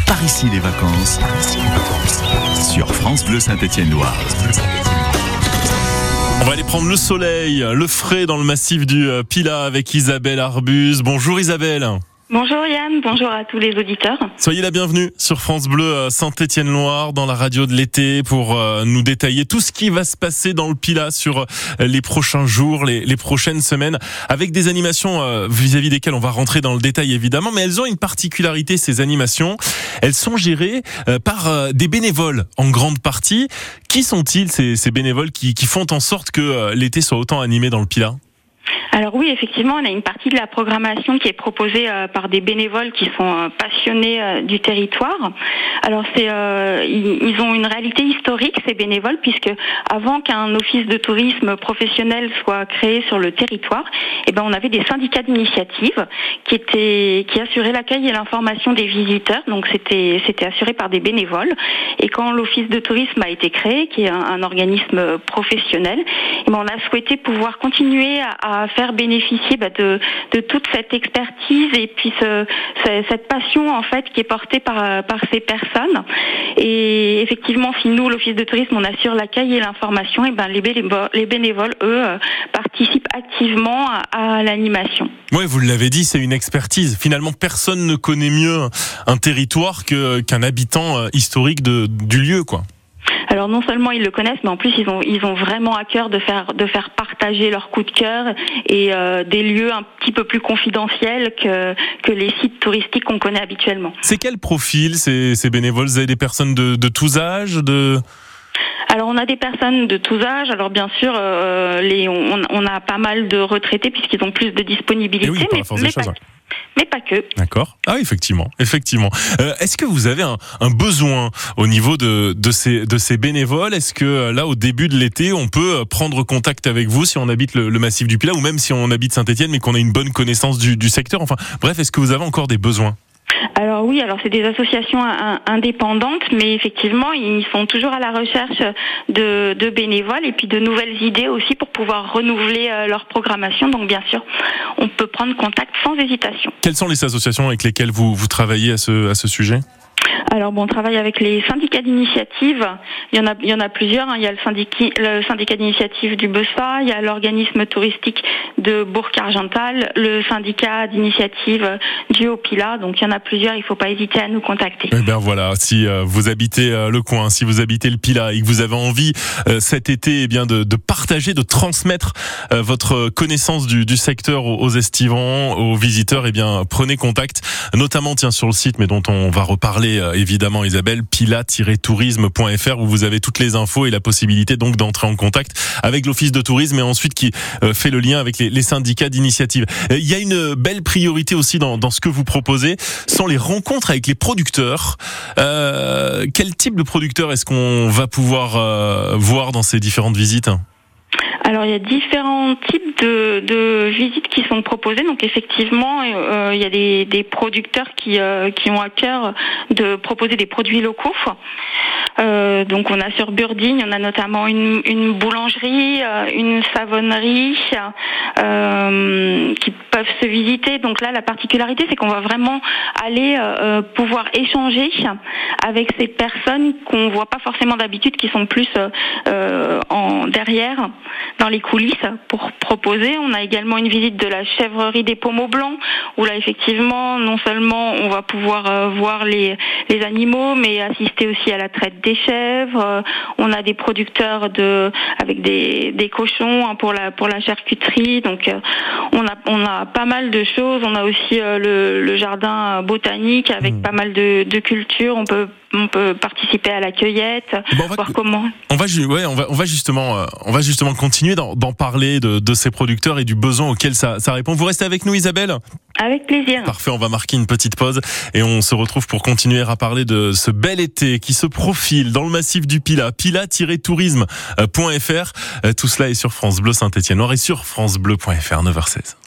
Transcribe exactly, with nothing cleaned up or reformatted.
Par ici les vacances, sur France Bleu Saint-Étienne-Loire. On va aller prendre le soleil, le frais dans le massif du Pilat avec Isabelle Arbuse. Bonjour Isabelle. Bonjour Yann, bonjour à tous les auditeurs. Soyez la bienvenue sur France Bleu Saint-Étienne-Loire dans la radio de l'été pour nous détailler tout ce qui va se passer dans le Pilat sur les prochains jours, les, les prochaines semaines, avec des animations vis-à-vis desquelles on va rentrer dans le détail évidemment, mais elles ont une particularité, ces animations. Elles sont gérées par des bénévoles en grande partie. Qui sont-ils ces, ces bénévoles qui, qui font en sorte que l'été soit autant animé dans le Pilat ? Alors oui, effectivement, on a une partie de la programmation qui est proposée euh, par des bénévoles qui sont euh, passionnés euh, du territoire. Alors c'est, euh, ils, ils ont une réalité historique, ces bénévoles, puisque avant qu'un office de tourisme professionnel soit créé sur le territoire, eh ben on avait des syndicats d'initiative qui étaient, qui assuraient l'accueil et l'information des visiteurs. Donc c'était, c'était assuré par des bénévoles. Et quand l'office de tourisme a été créé, qui est un, un organisme professionnel, eh ben on a souhaité pouvoir continuer à, à faire bénéficier bah, de, de toute cette expertise et puis ce, ce, cette passion en fait qui est portée par, par ces personnes. Et effectivement, si nous, l'office de tourisme, on assure l'accueil et l'information, et ben les bénévoles, les bénévoles eux, participent activement à, à l'animation. Oui, vous l'avez dit, c'est une expertise. Finalement, personne ne connaît mieux un territoire que, qu'un habitant historique de, du lieu, quoi. Alors non seulement ils le connaissent, mais en plus ils ont ils ont vraiment à cœur de faire de faire partager leur coup de cœur et euh, des lieux un petit peu plus confidentiels que que les sites touristiques qu'on connaît habituellement. C'est quel profil ces ces bénévoles ? Vous avez des personnes de de tous âges, de Alors on a des personnes de tous âges. Alors bien sûr, euh, les on, on a pas mal de retraités puisqu'ils ont plus de disponibilité, oui, mais, mais, choses, pas, ouais. mais pas que. D'accord. Ah, effectivement, effectivement. Euh, est-ce que vous avez un, un besoin au niveau de, de ces de ces bénévoles ? Est-ce que là, au début de l'été, on peut prendre contact avec vous si on habite le, le massif du Pilat ou même si on habite Saint-Étienne, mais qu'on a une bonne connaissance du, du secteur ? Enfin, bref, est-ce que vous avez encore des besoins ? Alors oui, alors c'est des associations indépendantes, mais effectivement, ils sont toujours à la recherche de, de bénévoles et puis de nouvelles idées aussi pour pouvoir renouveler leur programmation. Donc bien sûr, on peut prendre contact sans hésitation. Quelles sont les associations avec lesquelles vous, vous travaillez à ce, à ce sujet ? Alors bon, on travaille avec les syndicats d'initiative. Il y en a, il y en a plusieurs. Hein. Il y a le syndicat, le syndicat d'initiative du Bessa, il y a l'organisme touristique de Bourg-Argental, le syndicat d'initiative du Haut-Pilat. Donc il y en a plusieurs. Il ne faut pas hésiter à nous contacter. Eh bien voilà, si euh, vous habitez euh, le coin, si vous habitez le Pilat et que vous avez envie euh, cet été, eh bien de, de partager, de transmettre euh, votre connaissance du, du secteur aux, aux estivants, aux visiteurs, eh bien prenez contact, notamment tiens sur le site, mais dont on va reparler. Euh, évidemment Isabelle, pilat tiret tourisme point f r où vous avez toutes les infos et la possibilité donc d'entrer en contact avec l'office de tourisme et ensuite qui euh, fait le lien avec les, les syndicats d'initiative. Il y a une belle priorité aussi dans, dans ce que vous proposez, sont les rencontres avec les producteurs. Euh, quel type de producteurs est-ce qu'on va pouvoir euh, voir dans ces différentes visites ? Alors il y a différents types de, de visites qui sont proposées. Donc effectivement, euh, il y a des, des producteurs qui, euh, qui ont à cœur de proposer des produits locaux. Euh, donc on a sur Burdigne, on a notamment une, une boulangerie, euh, une savonnerie euh, qui peuvent se visiter. Donc là, la particularité, c'est qu'on va vraiment aller euh, pouvoir échanger avec ces personnes qu'on voit pas forcément d'habitude, qui sont plus euh, en derrière, dans les coulisses, pour proposer. On a également une visite de la chèvrerie des Pommeaux Blancs, où là, effectivement, non seulement on va pouvoir euh, voir les, les animaux, mais assister aussi à la traite des chèvres. Euh, on a des producteurs de, avec des, des cochons hein, pour la, pour la charcuterie. Donc, euh, on a, on a pas mal de choses. On a aussi euh, le, le jardin botanique avec mmh. pas mal de, de cultures. On peut, on peut participer à la cueillette, bon, on va, voir comment. On va, ouais, on va, on va justement, euh, on va justement continuer d'en, d'en parler de, de ces producteurs et du besoin auquel ça, ça répond. Vous restez avec nous, Isabelle ? Avec plaisir. Parfait, on va marquer une petite pause et on se retrouve pour continuer à parler de ce bel été qui se profile dans le massif du Pilat, pilat tiret tourisme point f r. Tout cela est sur France Bleu Saint-Étienne-Loire et sur francebleu point f r, neuf heures seize.